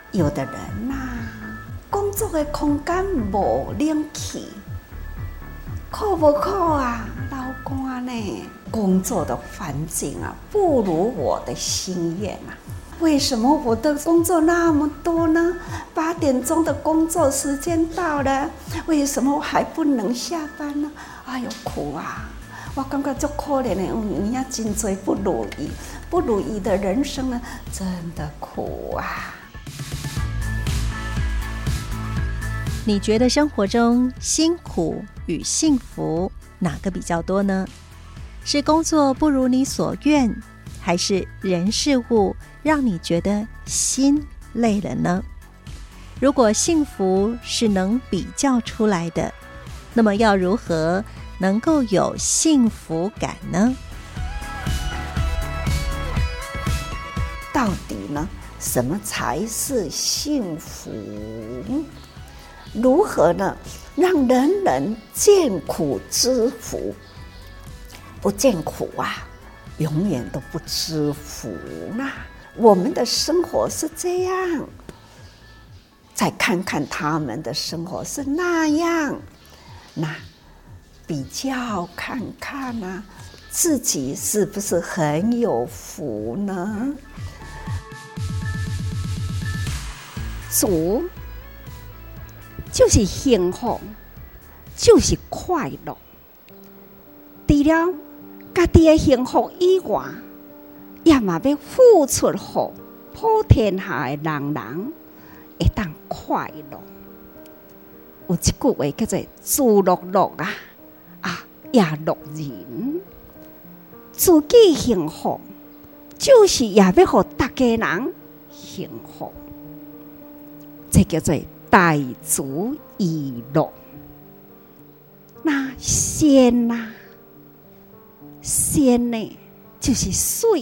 有的人工作的空间无冷气，苦不苦啊？老官呢？工作的环境不如我的心愿为什么我的工作那么多呢？8点钟的工作时间到了，为什么我还不能下班呢？哎呦，苦啊！我感觉很可怜的，人家真多不如意的人生呢，真的苦啊！ 你觉得生活中辛苦与幸福哪个比较多呢？是工作不如你所愿，还是人事物让你觉得心累了呢？如果幸福是能比较出来的，那么要如何能够有幸福感呢？ 到底呢，什么才是幸福？如何呢，让人人见苦知福？不见苦永远都不知福我们的生活是这样，再看看他们的生活是那样，那比较看看自己是不是很有福呢？福就是幸福，就是快乐。除了家己的幸福以外，也嘛要付出给普天下的人人会当快乐。有一句话叫做“自乐乐也乐人”，自己幸福，就是也要让大家人幸福。这叫做大主意乐。那仙呢，就是水，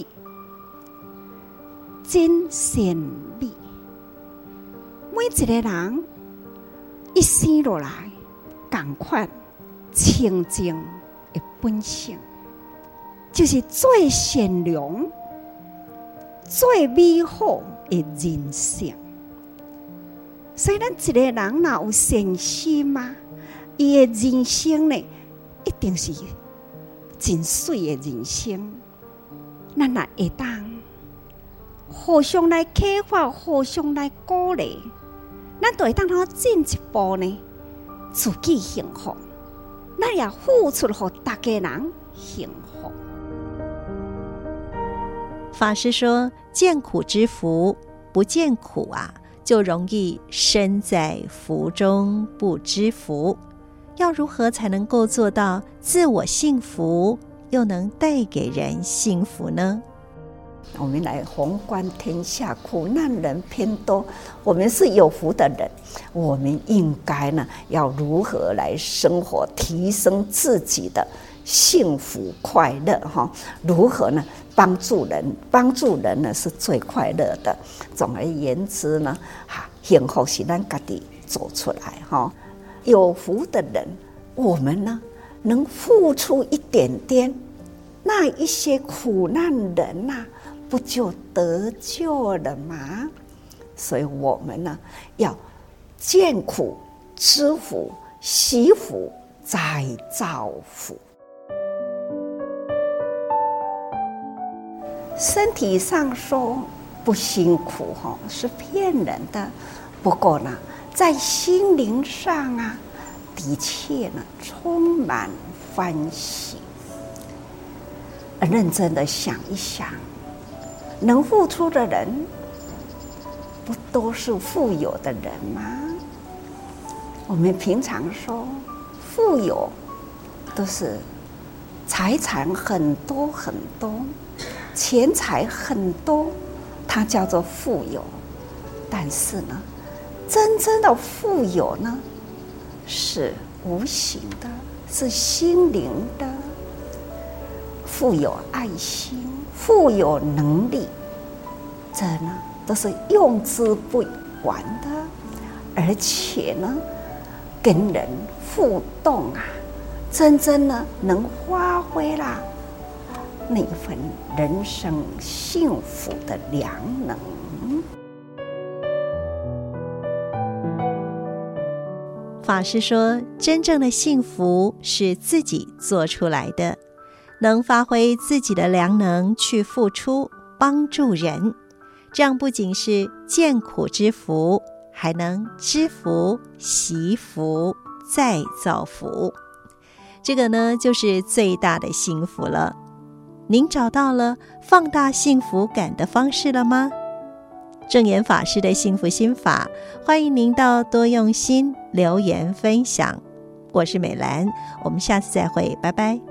真善美。每一个人一生下来，同款清净的本性，就是最善良、最美好的人性。所以咱一个人若有善心伊的人生呢，一定是真水的人生。咱若会当互相来启发，互相来鼓励，咱就会当进一步呢，自己幸福，咱也付出给大家人幸福。 法师说，见苦知福，不见苦就容易身在福中不知福。要如何才能够做到自我幸福，又能带给人幸福呢？ 我们来宏观天下，苦难人偏多，我们是有福的人，我们应该呢，要如何来生活，提升自己的幸福快乐如何呢？帮助人呢是最快乐的。总而言之呢，幸福是咱自己做出来有福的人，我们呢能付出一点点，那一些苦难人不就得救了吗？所以我们呢要见苦知福，惜福再造福。身体上说不辛苦是骗人的，不过呢，在心灵上的确呢充满欢喜。认真的想一想，能付出的人，不都是富有的人吗？我们平常说，富有都是财产很多很多，钱财很多，它叫做富有。但是呢，真正的富有呢，是无形的，是心灵的。富有爱心，富有能力，这呢都是用之不完的，而且呢，跟人互动真正呢能发挥那份人生幸福的良能。 法师说，真正的幸福是自己做出来的，能发挥自己的良能去付出，帮助人，这样不仅是见苦知福，还能知福、惜福、再造福。这个呢，就是最大的幸福了。您找到了放大幸福感的方式了吗？正言法师的幸福心法，欢迎您到多用心留言分享。我是美兰，我们下次再会，拜拜。